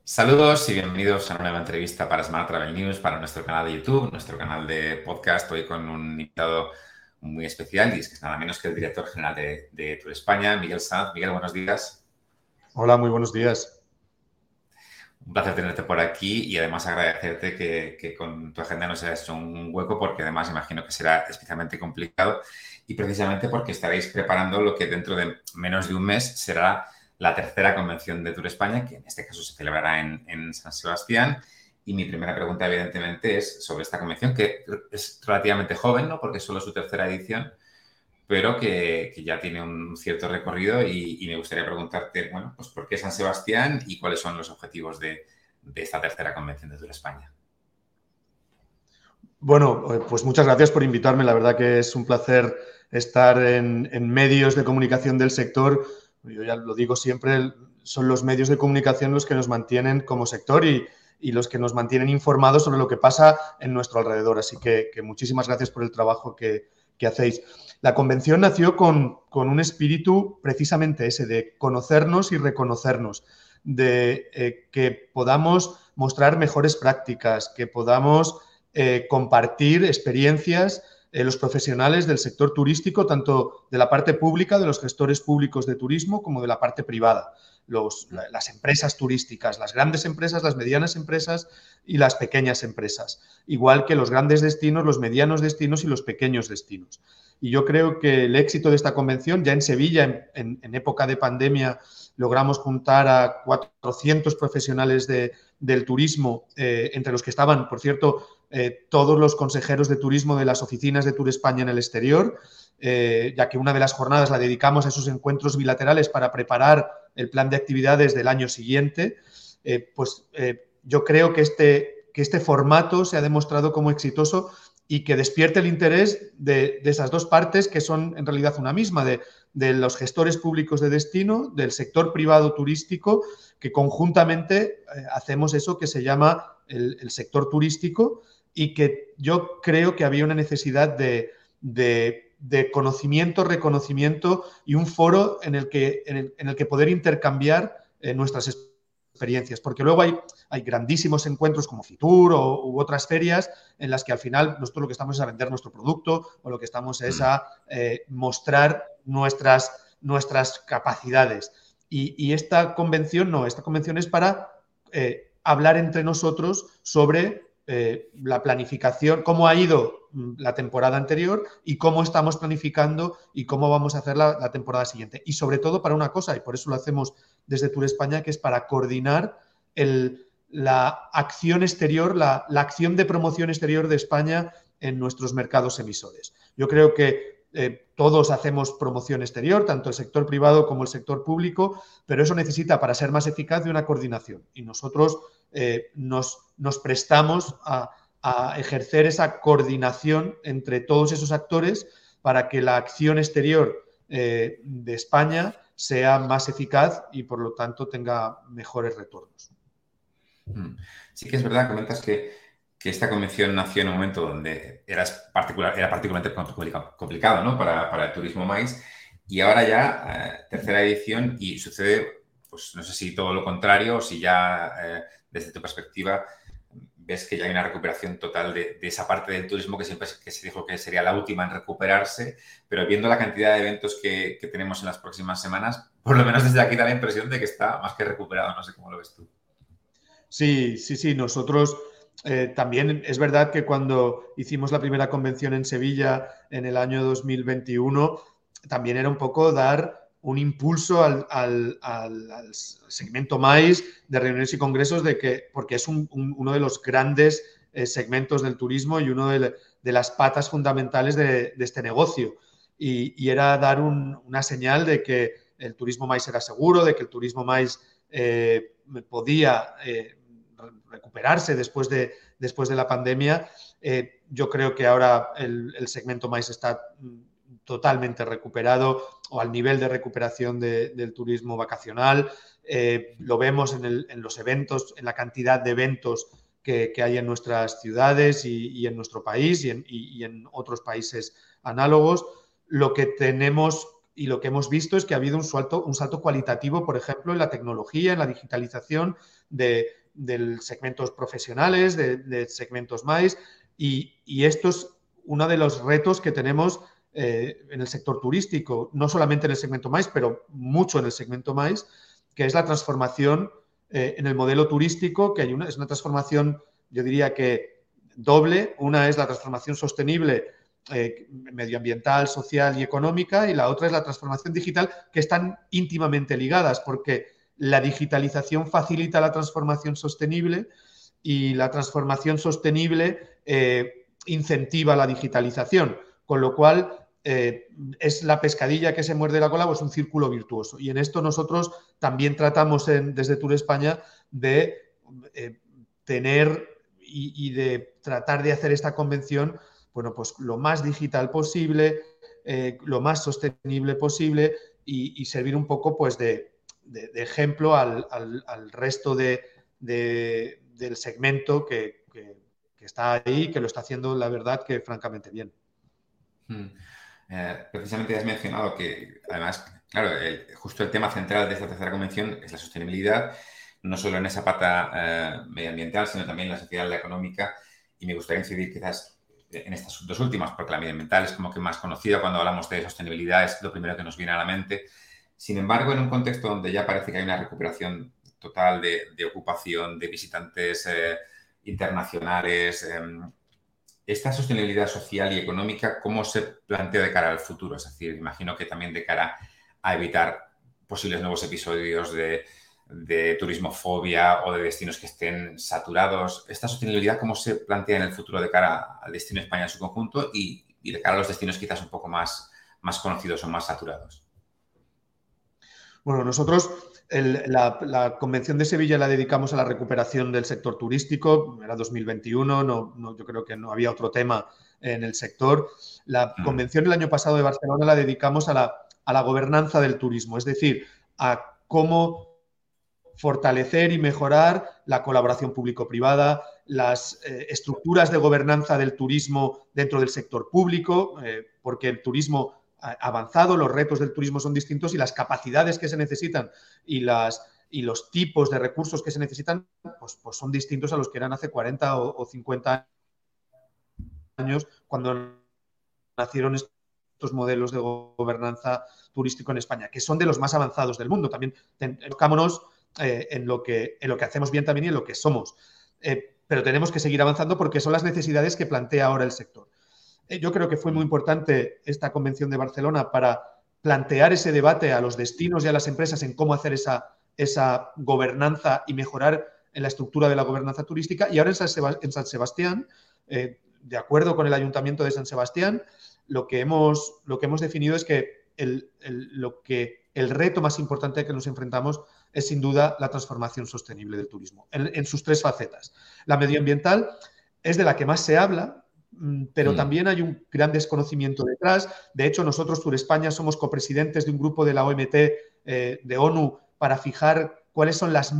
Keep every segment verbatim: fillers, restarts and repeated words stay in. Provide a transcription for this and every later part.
Saludos y bienvenidos a una nueva entrevista para Smart Travel News, para nuestro canal de YouTube, nuestro canal de podcast. Hoy con un invitado muy especial y es que es nada menos que el director general de, de Tour España, Miguel Sanz. Miguel, buenos días. Hola, muy buenos días. Un placer tenerte por aquí y además agradecerte que, que con tu agenda nos hayas hecho un hueco porque además imagino que será especialmente complicado y precisamente porque estaréis preparando lo que dentro de menos de un mes será la tercera convención de Tour España, que en este caso se celebrará en, en San Sebastián. Y mi primera pregunta, evidentemente, es sobre esta convención, que es relativamente joven, ¿no? Porque es solo su tercera edición, pero que, que ya tiene un cierto recorrido y, y me gustaría preguntarte, bueno, pues ¿por qué San Sebastián y cuáles son los objetivos de, de esta tercera convención de Tour España? Bueno, pues muchas gracias por invitarme. La verdad que es un placer estar en, en medios de comunicación del sector. Yo ya lo digo siempre, son los medios de comunicación los que nos mantienen como sector y, y los que nos mantienen informados sobre lo que pasa en nuestro alrededor. Así que, que muchísimas gracias por el trabajo que, que hacéis. La convención nació con, con un espíritu precisamente ese, de conocernos y reconocernos, de eh, que podamos mostrar mejores prácticas, que podamos eh, compartir experiencias eh, los profesionales del sector turístico, tanto de la parte pública, de los gestores públicos de turismo, como de la parte privada. Los, la, las empresas turísticas, las grandes empresas, las medianas empresas y las pequeñas empresas, igual que los grandes destinos, los medianos destinos y los pequeños destinos. Y yo creo que el éxito de esta convención, ya en Sevilla, en, en, en época de pandemia, logramos juntar a cuatrocientos profesionales de, del turismo, eh, entre los que estaban, por cierto, eh, todos los consejeros de turismo de las oficinas de Tour España en el exterior, eh, ya que una de las jornadas la dedicamos a esos encuentros bilaterales para preparar el plan de actividades del año siguiente. Eh, pues eh, yo creo que este, que este formato se ha demostrado como exitoso y que despierte el interés de, de esas dos partes que son en realidad una misma, de, de los gestores públicos de destino, del sector privado turístico, que conjuntamente eh, hacemos eso que se llama el, el sector turístico y que yo creo que había una necesidad de, de, de conocimiento, reconocimiento y un foro en el que, en el, en el que poder intercambiar eh, nuestras experiencias, porque luego hay, hay grandísimos encuentros como Fitur o, u otras ferias en las que al final nosotros lo que estamos es a vender nuestro producto o lo que estamos es a eh, mostrar nuestras, nuestras capacidades. Y, y esta convención no, esta convención es para eh, hablar entre nosotros sobre eh, la planificación, cómo ha ido la temporada anterior y cómo estamos planificando y cómo vamos a hacer la, la temporada siguiente. Y sobre todo para una cosa, y por eso lo hacemos desde Tour España, que es para coordinar el, la acción exterior, la, la acción de promoción exterior de España en nuestros mercados emisores. Yo creo que eh, todos hacemos promoción exterior, tanto el sector privado como el sector público, pero eso necesita, para ser más eficaz, de una coordinación. Y nosotros eh, nos, nos prestamos a, a ejercer esa coordinación entre todos esos actores para que la acción exterior eh, de España sea más eficaz y, por lo tanto, tenga mejores retornos. Sí que es verdad, comentas que, que esta convención nació en un momento donde era, particular, era particularmente complicado, ¿no? para, para el turismo maíz y ahora ya, eh, tercera edición y sucede, pues no sé si todo lo contrario o si ya eh, desde tu perspectiva ves que ya hay una recuperación total de, de esa parte del turismo que siempre que se dijo que sería la última en recuperarse, pero viendo la cantidad de eventos que, que tenemos en las próximas semanas, por lo menos desde aquí da la impresión de que está más que recuperado, no sé cómo lo ves tú. Sí, sí, sí, nosotros eh, también es verdad que cuando hicimos la primera convención en Sevilla en el año dos mil veintiuno, también era un poco dar un impulso al, al, al, al segmento maíz de reuniones y congresos, de que, porque es un, un, uno de los grandes eh, segmentos del turismo y uno de, de las patas fundamentales de, de este negocio. Y, y era dar un, una señal de que el turismo maíz era seguro, de que el turismo maíz eh, podía eh, recuperarse después de, después de la pandemia. Eh, yo creo que ahora el, el segmento maíz está totalmente recuperado o al nivel de recuperación de, del turismo vacacional. Eh, lo vemos en, el, en, los eventos, en la cantidad de eventos que, que hay en nuestras ciudades y, y en nuestro país y en, y, y en otros países análogos. Lo que tenemos y lo que hemos visto es que ha habido un salto, un salto cualitativo, por ejemplo, en la tecnología, en la digitalización de, de segmentos profesionales, de, de segmentos más, y, y esto es uno de los retos que tenemos eh, en el sector turístico, no solamente en el segmento más, pero mucho en el segmento más, que es la transformación eh, en el modelo turístico, que hay una, es una transformación, yo diría que doble. Una es la transformación sostenible eh, medioambiental, social y económica, y la otra es la transformación digital, que están íntimamente ligadas, porque la digitalización facilita la transformación sostenible y la transformación sostenible eh, incentiva la digitalización, con lo cual eh, es la pescadilla que se muerde la cola, pues un círculo virtuoso. Y en esto nosotros también tratamos en, desde Tour España de eh, tener y, y de tratar de hacer esta convención, bueno, pues lo más digital posible, eh, lo más sostenible posible y, y servir un poco pues de, de, de ejemplo al, al, al resto de, de, del segmento que, que, que está ahí, que lo está haciendo, la verdad, que francamente bien. Hmm. Eh, precisamente has mencionado que, además, claro, el, justo el tema central de esta tercera convención es la sostenibilidad, no solo en esa pata eh, medioambiental, sino también en la sociedad, la económica, y me gustaría incidir quizás en estas dos últimas, porque la medioambiental es como que más conocida cuando hablamos de sostenibilidad, es lo primero que nos viene a la mente. Sin embargo, en un contexto donde ya parece que hay una recuperación total de, de ocupación, de visitantes eh, internacionales, eh, esta sostenibilidad social y económica, ¿cómo se plantea de cara al futuro? Es decir, imagino que también de cara a evitar posibles nuevos episodios de, de turismofobia o de destinos que estén saturados. ¿Esta sostenibilidad cómo se plantea en el futuro de cara al destino España en su conjunto y, y de cara a los destinos quizás un poco más, más conocidos o más saturados? Bueno, nosotros el, la, la Convención de Sevilla la dedicamos a la recuperación del sector turístico, era dos mil veintiuno, no, no, yo creo que no había otro tema en el sector. La Convención el año pasado de Barcelona la dedicamos a la, a la gobernanza del turismo, es decir, a cómo fortalecer y mejorar la colaboración público-privada, las eh, estructuras de gobernanza del turismo dentro del sector público, eh, porque el turismo avanzado, los retos del turismo son distintos y las capacidades que se necesitan y, las, y los tipos de recursos que se necesitan pues, pues son distintos a los que eran hace cuarenta o, o cincuenta años cuando nacieron estos modelos de gobernanza turístico en España, que son de los más avanzados del mundo. También enfocámonos eh, en, lo que, en lo que hacemos bien también y en lo que somos. Eh, pero tenemos que seguir avanzando porque son las necesidades que plantea ahora el sector. Yo creo que fue muy importante esta Convención de Barcelona para plantear ese debate a los destinos y a las empresas en cómo hacer esa, esa gobernanza y mejorar en la estructura de la gobernanza turística. Y ahora en San, Seb- en San Sebastián, eh, de acuerdo con el Ayuntamiento de San Sebastián, lo que hemos, lo que hemos definido es que el, el, lo que el reto más importante al que nos enfrentamos es sin duda la transformación sostenible del turismo, en, en sus tres facetas. La medioambiental es de la que más se habla, pero mm. también hay un gran desconocimiento detrás. De hecho, nosotros, Tour España, somos copresidentes de un grupo de la O M T eh, de ONU para fijar cuáles son las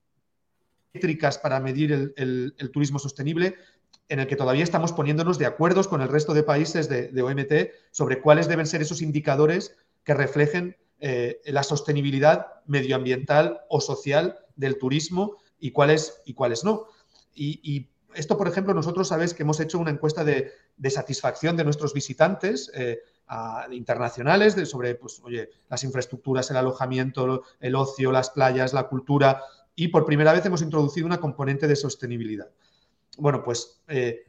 métricas para medir el, el, el turismo sostenible, en el que todavía estamos poniéndonos de acuerdo con el resto de países de, de O M T sobre cuáles deben ser esos indicadores que reflejen eh, la sostenibilidad medioambiental o social del turismo y cuáles, y cuáles no. Y, y esto, por ejemplo, nosotros sabéis que hemos hecho una encuesta de, de satisfacción de nuestros visitantes eh, a, internacionales de, sobre pues, oye, las infraestructuras, el alojamiento, el ocio, las playas, la cultura, y por primera vez hemos introducido una componente de sostenibilidad. Bueno, pues eh,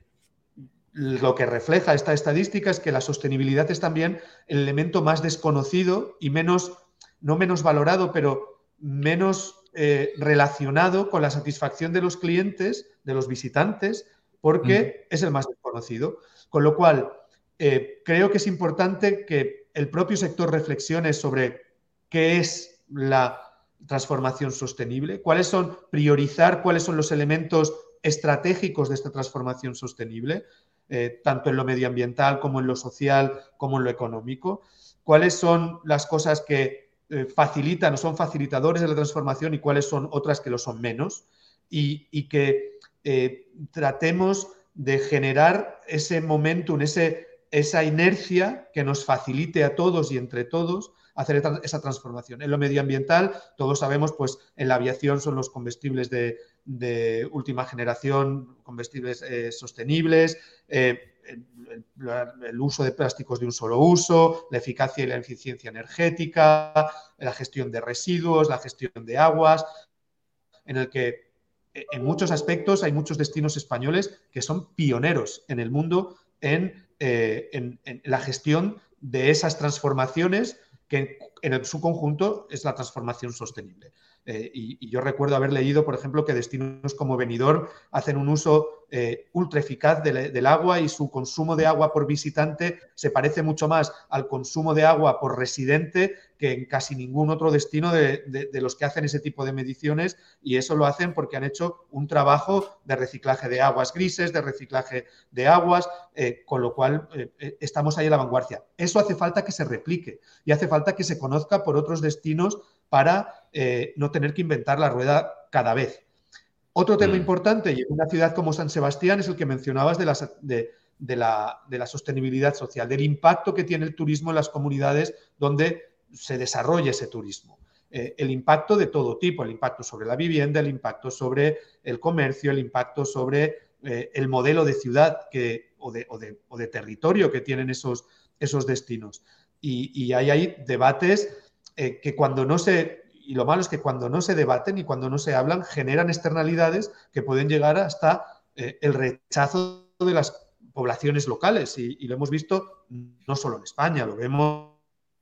lo que refleja esta estadística es que la sostenibilidad es también el elemento más desconocido y menos, no menos valorado, pero menos eh, relacionado con la satisfacción de los clientes, de los visitantes, porque mm. es el más desconocido. Con lo cual, eh, creo que es importante que el propio sector reflexione sobre qué es la transformación sostenible, cuáles son, priorizar cuáles son los elementos estratégicos de esta transformación sostenible, eh, tanto en lo medioambiental como en lo social, como en lo económico, cuáles son las cosas que eh, facilitan o son facilitadores de la transformación y cuáles son otras que lo son menos, y, y que eh, tratemos de generar ese momentum, ese esa inercia que nos facilite a todos y entre todos hacer esa transformación. En lo medioambiental, todos sabemos, pues en la aviación son los combustibles de, de última generación, combustibles eh, sostenibles, eh, el, el uso de plásticos de un solo uso, la eficacia y la eficiencia energética, la gestión de residuos, la gestión de aguas, en el que en muchos aspectos hay muchos destinos españoles que son pioneros en el mundo en, eh, en, en la gestión de esas transformaciones que en, en su conjunto es la transformación sostenible. Eh, y, y yo recuerdo haber leído, por ejemplo, que destinos como Benidorm hacen un uso eh, ultra eficaz del, del agua y su consumo de agua por visitante se parece mucho más al consumo de agua por residente que en casi ningún otro destino de, de, de los que hacen ese tipo de mediciones, y eso lo hacen porque han hecho un trabajo de reciclaje de aguas grises, de reciclaje de aguas, eh, con lo cual eh, estamos ahí en la vanguardia. Eso hace falta que se replique y hace falta que se conozca por otros destinos para eh, no tener que inventar la rueda cada vez. Otro tema mm. importante, y en una ciudad como San Sebastián, es el que mencionabas de la, de, de, la, de la sostenibilidad social, del impacto que tiene el turismo en las comunidades donde se desarrolla ese turismo. Eh, el impacto de todo tipo, el impacto sobre la vivienda, el impacto sobre el comercio, el impacto sobre eh, el modelo de ciudad que, o, de, o, de, o de territorio que tienen esos, esos destinos. Y, y hay ahí debates eh, que cuando no se... Y lo malo es que cuando no se debaten y cuando no se hablan, generan externalidades que pueden llegar hasta eh, el rechazo de las poblaciones locales. Y, y lo hemos visto no solo en España, lo vemos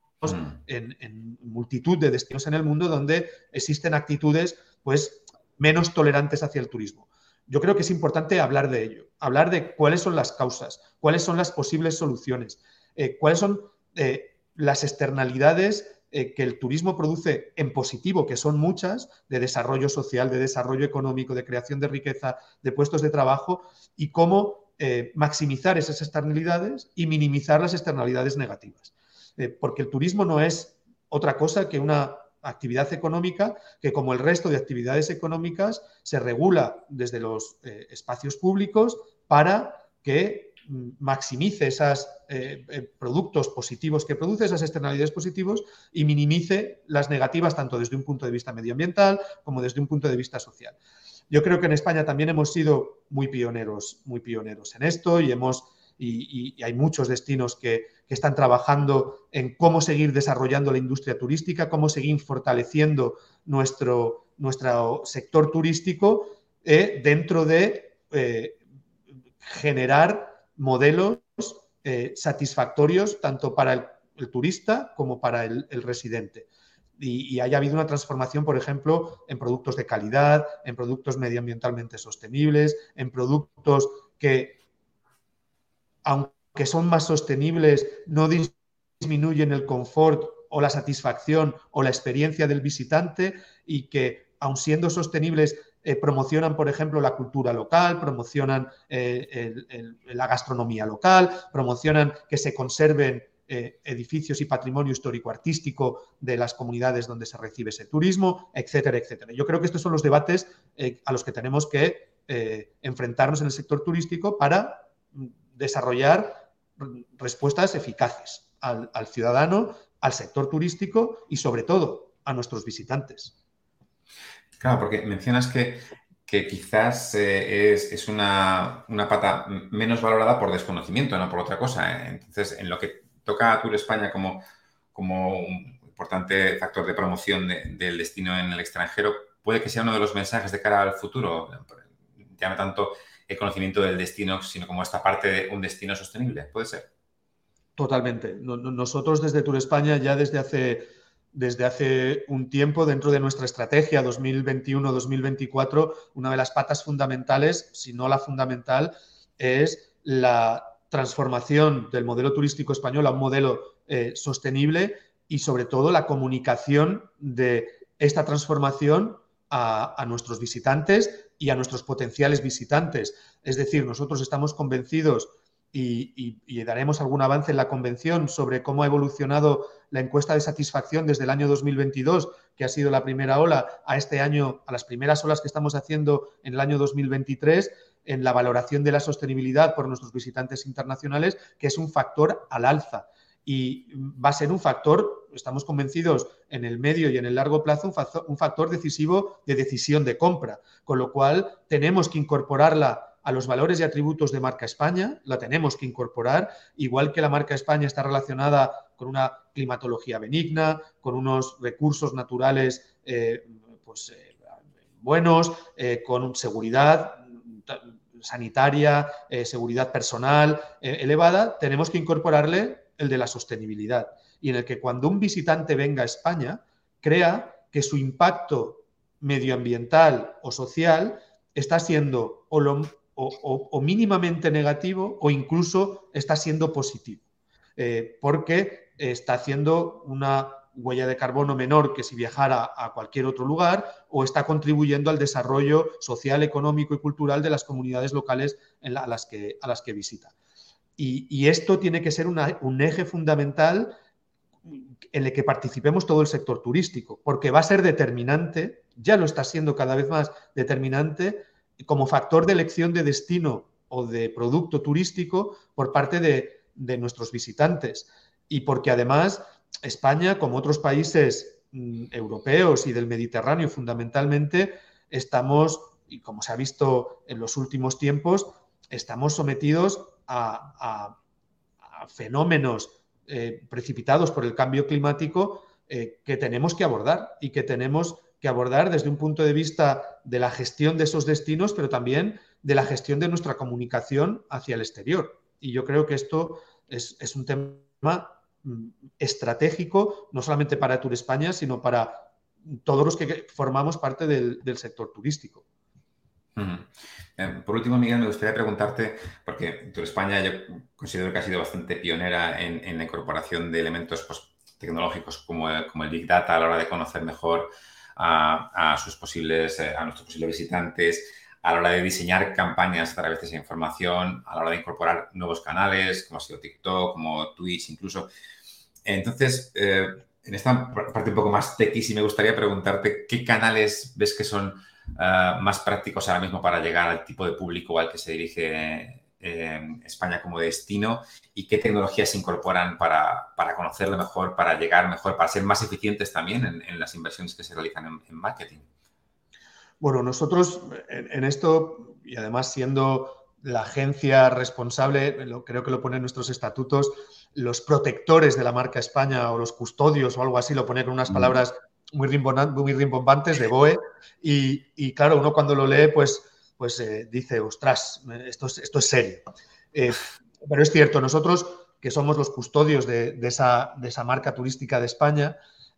En, en multitud de destinos en el mundo donde existen actitudes pues, menos tolerantes hacia el turismo. Yo creo que es importante hablar de ello, hablar de cuáles son las causas, cuáles son las posibles soluciones, eh, cuáles son eh, las externalidades eh, que el turismo produce en positivo, que son muchas, de desarrollo social, de desarrollo económico, de creación de riqueza, de puestos de trabajo, y cómo eh, maximizar esas externalidades y minimizar las externalidades negativas. Eh, porque el turismo no es otra cosa que una actividad económica que, como el resto de actividades económicas, se regula desde los eh, espacios públicos para que maximice esos eh, eh, productos positivos que produce, esas externalidades positivas, y minimice las negativas tanto desde un punto de vista medioambiental como desde un punto de vista social. Yo creo que en España también hemos sido muy pioneros, muy pioneros en esto y hemos... Y, y hay muchos destinos que, que están trabajando en cómo seguir desarrollando la industria turística, cómo seguir fortaleciendo nuestro, nuestro sector turístico eh, dentro de eh, generar modelos eh, satisfactorios tanto para el, el turista como para el, el residente. Y, y haya habido una transformación, por ejemplo, en productos de calidad, en productos medioambientalmente sostenibles, en productos que, aunque son más sostenibles, no disminuyen el confort o la satisfacción o la experiencia del visitante, y que, aun siendo sostenibles, eh, promocionan, por ejemplo, la cultura local, promocionan eh, el, el, la gastronomía local, promocionan que se conserven eh, edificios y patrimonio histórico-artístico de las comunidades donde se recibe ese turismo, etcétera, etcétera. Yo creo que estos son los debates eh, a los que tenemos que eh, enfrentarnos en el sector turístico para desarrollar respuestas eficaces al, al ciudadano, al sector turístico y, sobre todo, a nuestros visitantes. Claro, porque mencionas que, que quizás eh, es, es una, una pata menos valorada por desconocimiento, no por otra cosa. Entonces, en lo que toca a Tour España como, como un importante factor de promoción de, del destino en el extranjero, puede que sea uno de los mensajes de cara al futuro, ya no tanto el conocimiento del destino, sino como esta parte de un destino sostenible. ¿Puede ser? Totalmente. Nosotros desde Tour España ya desde hace, desde hace un tiempo, dentro de nuestra estrategia dos mil veintiuno dos mil veinticuatro, una de las patas fundamentales, si no la fundamental, es la transformación del modelo turístico español a un modelo eh, sostenible y, sobre todo, la comunicación de esta transformación a, a nuestros visitantes y a nuestros potenciales visitantes. Es decir, nosotros estamos convencidos y, y, y daremos algún avance en la convención sobre cómo ha evolucionado la encuesta de satisfacción desde el año dos mil veintidós, que ha sido la primera ola, a este año, a las primeras olas que estamos haciendo en el año dos mil veintitrés, en la valoración de la sostenibilidad por nuestros visitantes internacionales, que es un factor al alza. Y va a ser un factor, estamos convencidos, en el medio y en el largo plazo, un factor, un factor decisivo de decisión de compra. Con lo cual, tenemos que incorporarla a los valores y atributos de Marca España, la tenemos que incorporar, igual que la Marca España está relacionada con una climatología benigna, con unos recursos naturales eh, pues, eh, buenos, eh, con seguridad sanitaria, eh, seguridad personal eh, elevada, tenemos que incorporarle el de la sostenibilidad, y en el que cuando un visitante venga a España, crea que su impacto medioambiental o social está siendo o, lo, o, o, o mínimamente negativo o incluso está siendo positivo, eh, porque está haciendo una huella de carbono menor que si viajara a cualquier otro lugar, o está contribuyendo al desarrollo social, económico y cultural de las comunidades locales en la, a, las que, a las que visita. Y, y esto tiene que ser una, un eje fundamental en el que participemos todo el sector turístico, porque va a ser determinante, ya lo está siendo cada vez más determinante, como factor de elección de destino o de producto turístico por parte de, de nuestros visitantes. Y porque además España, como otros países mm, europeos y del Mediterráneo fundamentalmente, estamos, y como se ha visto en los últimos tiempos, estamos sometidos a, a, a fenómenos eh, precipitados por el cambio climático eh, que tenemos que abordar y que tenemos que abordar desde un punto de vista de la gestión de esos destinos, pero también de la gestión de nuestra comunicación hacia el exterior. Y yo creo que esto es, es un tema estratégico, no solamente para Tour España, sino para todos los que formamos parte del, del sector turístico. Uh-huh. Eh, por último, Miguel, me gustaría preguntarte, porque Tour España yo considero que ha sido bastante pionera en, en la incorporación de elementos pues, tecnológicos como el, como el Big Data a la hora de conocer mejor a, a sus posibles, a nuestros posibles visitantes, a la hora de diseñar campañas a través de esa información, a la hora de incorporar nuevos canales, como ha sido TikTok, como Twitch incluso. Entonces, eh, en esta parte un poco más techy, sí me gustaría preguntarte qué canales ves que son uh, más prácticos ahora mismo para llegar al tipo de público al que se dirige eh, España como destino, y qué tecnologías se incorporan para, para conocerlo mejor, para llegar mejor, para ser más eficientes también en, en las inversiones que se realizan en, en marketing. Bueno, nosotros en, en esto, y además siendo la agencia responsable, lo, creo que lo pone en nuestros estatutos, los protectores de la marca España o los custodios o algo así, lo pone con unas palabras muy, muy rimbombantes de B O E, y, y claro, uno cuando lo lee pues, pues eh, dice, ostras, esto es, esto es serio. Eh, pero es cierto, nosotros que somos los custodios de, de, esa, de esa marca turística de España,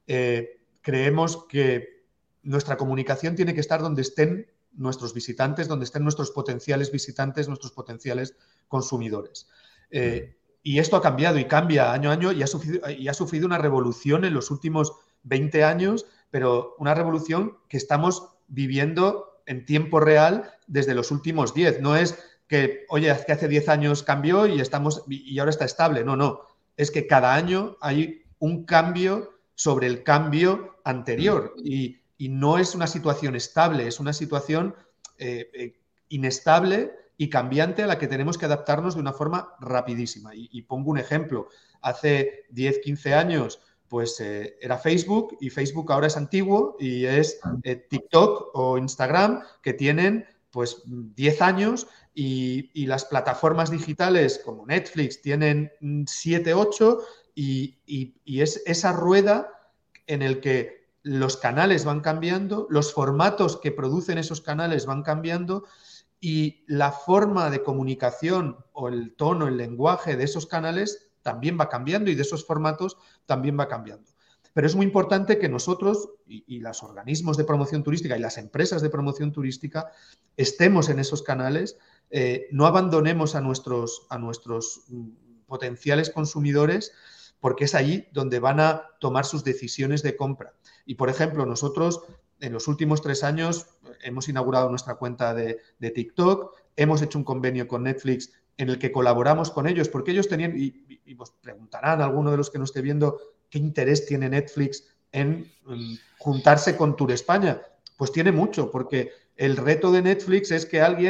eh, creemos que nuestra comunicación tiene que estar donde estén nuestros visitantes, donde estén nuestros potenciales visitantes, nuestros potenciales consumidores. Eh, y esto ha cambiado y cambia año a año y ha, sufrido, y ha sufrido una revolución en los últimos veinte años, pero una revolución que estamos viviendo en tiempo real desde los últimos diez. No es que, oye, que hace diez años cambió y, estamos, y ahora está estable. No, no. Es que cada año hay un cambio sobre el cambio anterior y Y no es una situación estable, es una situación eh, eh, inestable y cambiante a la que tenemos que adaptarnos de una forma rapidísima. Y, y pongo un ejemplo. Hace diez, quince años pues eh, era Facebook, y Facebook ahora es antiguo y es eh, TikTok o Instagram, que tienen pues diez años, y, y las plataformas digitales como Netflix tienen siete, ocho, y, y, y es esa rueda en el que los canales van cambiando, los formatos que producen esos canales van cambiando, y la forma de comunicación o el tono, el lenguaje de esos canales también va cambiando, y de esos formatos también va cambiando. Pero es muy importante que nosotros y, y los organismos de promoción turística y las empresas de promoción turística estemos en esos canales, eh, no abandonemos a nuestros, a nuestros potenciales consumidores, porque es ahí donde van a tomar sus decisiones de compra. Y, por ejemplo, nosotros en los últimos tres años hemos inaugurado nuestra cuenta de, de TikTok, hemos hecho un convenio con Netflix en el que colaboramos con ellos, porque ellos tenían, y, y os preguntarán a alguno de los que nos esté viendo, ¿qué interés tiene Netflix en, en juntarse con Tour España? Pues tiene mucho, porque el reto de Netflix es que alguien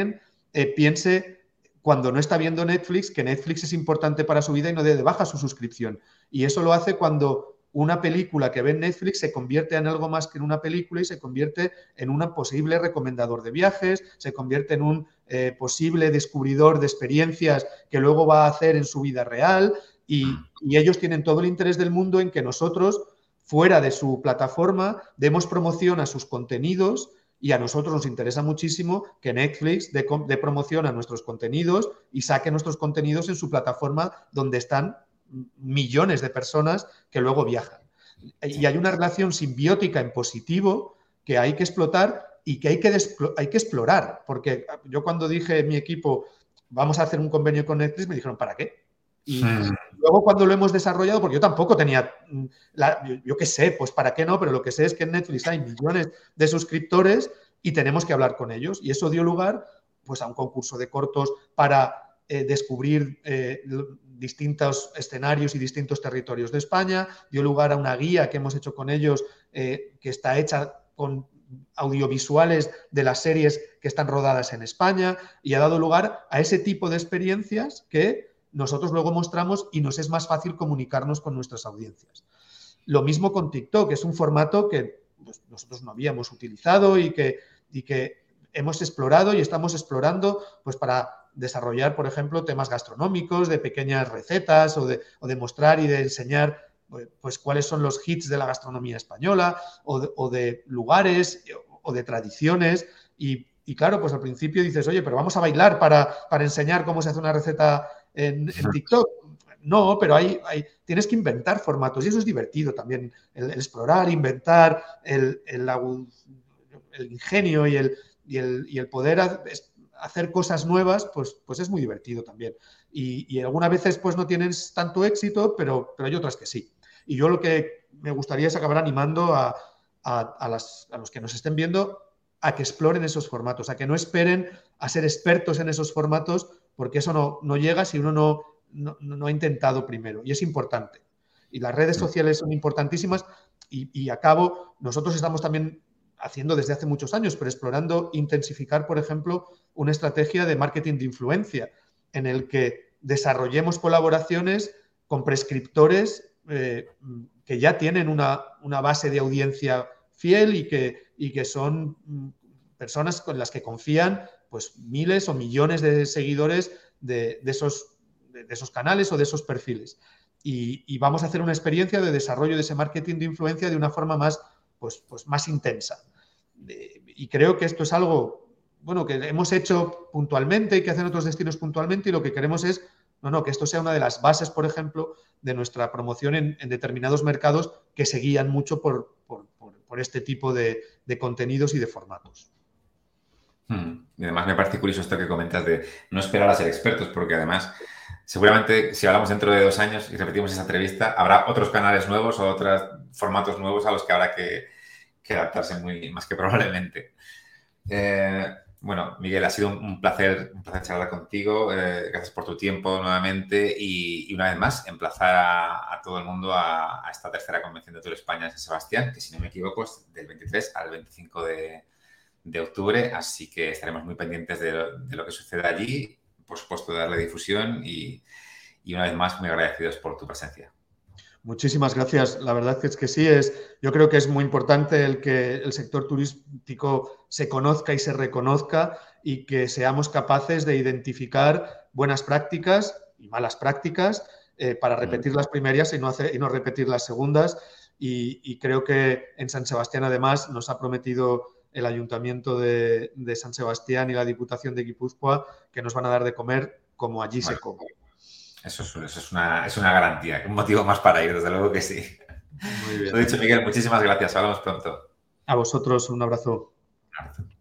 eh, piense cuando no está viendo Netflix que Netflix es importante para su vida y no dé de baja su suscripción. Y eso lo hace cuando una película que ve en Netflix se convierte en algo más que en una película y se convierte en un posible recomendador de viajes, se convierte en un eh, posible descubridor de experiencias que luego va a hacer en su vida real y, y ellos tienen todo el interés del mundo en que nosotros, fuera de su plataforma, demos promoción a sus contenidos. Y a nosotros nos interesa muchísimo que Netflix dé, dé promoción a nuestros contenidos y saque nuestros contenidos en su plataforma donde están millones de personas que luego viajan. Y hay una relación simbiótica en positivo que hay que explotar y que hay que, hay que explorar. Porque yo cuando dije en mi equipo, vamos a hacer un convenio con Netflix, me dijeron, ¿para qué? Y hmm. luego cuando lo hemos desarrollado, porque yo tampoco tenía, la, yo, yo qué sé, pues para qué no, pero lo que sé es que en Netflix hay millones de suscriptores y tenemos que hablar con ellos. Y eso dio lugar pues, a un concurso de cortos para eh, descubrir eh, distintos escenarios y distintos territorios de España, dio lugar a una guía que hemos hecho con ellos eh, que está hecha con audiovisuales de las series que están rodadas en España y ha dado lugar a ese tipo de experiencias que nosotros luego mostramos y nos es más fácil comunicarnos con nuestras audiencias. Lo mismo con TikTok, es un formato que pues, nosotros no habíamos utilizado y que, y que hemos explorado y estamos explorando pues, para desarrollar, por ejemplo, temas gastronómicos, de pequeñas recetas o de, o de mostrar y de enseñar pues, cuáles son los hits de la gastronomía española o de, o de lugares o de tradiciones y, y claro, pues al principio dices, oye, pero vamos a bailar para, para enseñar cómo se hace una receta En, en TikTok. No, pero hay, hay, tienes que inventar formatos y eso es divertido también, el, el explorar, inventar, el, el, el ingenio y el, y el, y el poder hacer cosas nuevas, pues, pues es muy divertido también. Y, y algunas veces pues no tienes tanto éxito, pero, pero hay otras que sí. Y yo lo que me gustaría es acabar animando a, a, a, las, a los que nos estén viendo a que exploren esos formatos, a que no esperen a ser expertos en esos formatos porque eso no, no llega si uno no, no, no ha intentado primero. Y es importante. Y las redes sociales son importantísimas. Y, y a cabo, nosotros estamos también haciendo desde hace muchos años, pero explorando intensificar, por ejemplo, una estrategia de marketing de influencia en el que desarrollemos colaboraciones con prescriptores eh, que ya tienen una, una base de audiencia fiel y que, y que son personas con las que confían pues miles o millones de seguidores de, de, esos, de, de esos canales o de esos perfiles. Y, y vamos a hacer una experiencia de desarrollo de ese marketing de influencia de una forma más, pues, pues más intensa. De, y creo que esto es algo, bueno, que hemos hecho puntualmente y que hacen otros destinos puntualmente y lo que queremos es, no, no, que esto sea una de las bases, por ejemplo, de nuestra promoción en, en determinados mercados que se guían mucho por, por, por, por este tipo de, de contenidos y de formatos. Y además me parece curioso esto que comentas de no esperar a ser expertos, porque además seguramente si hablamos dentro de dos años y repetimos esa entrevista, habrá otros canales nuevos o otros formatos nuevos a los que habrá que, que adaptarse muy más que probablemente. Eh, bueno, Miguel, ha sido un, un placer un placer charlar contigo. Eh, gracias por tu tiempo nuevamente y, y una vez más emplazar a, a todo el mundo a, a esta tercera convención de Tour España en San Sebastián, que si no me equivoco es del veintitrés al veinticinco de de octubre, así que estaremos muy pendientes de lo, de lo que suceda allí, por supuesto darle difusión y, y una vez más muy agradecidos por tu presencia. Muchísimas gracias. La verdad es que sí, es, yo creo que es muy importante el que el sector turístico se conozca y se reconozca y que seamos capaces de identificar buenas prácticas y malas prácticas eh, para repetir las primeras y no, hacer, y no repetir las segundas. Y, y creo que en San Sebastián además nos ha prometido el Ayuntamiento de, de San Sebastián y la Diputación de Guipúzcoa que nos van a dar de comer como allí bueno, se come. Eso, es, eso es, una, es una garantía, un motivo más para ir, desde luego que sí. Muy bien. Lo dicho, Miguel, muchísimas gracias. Hablamos pronto. A vosotros, un abrazo. Un abrazo.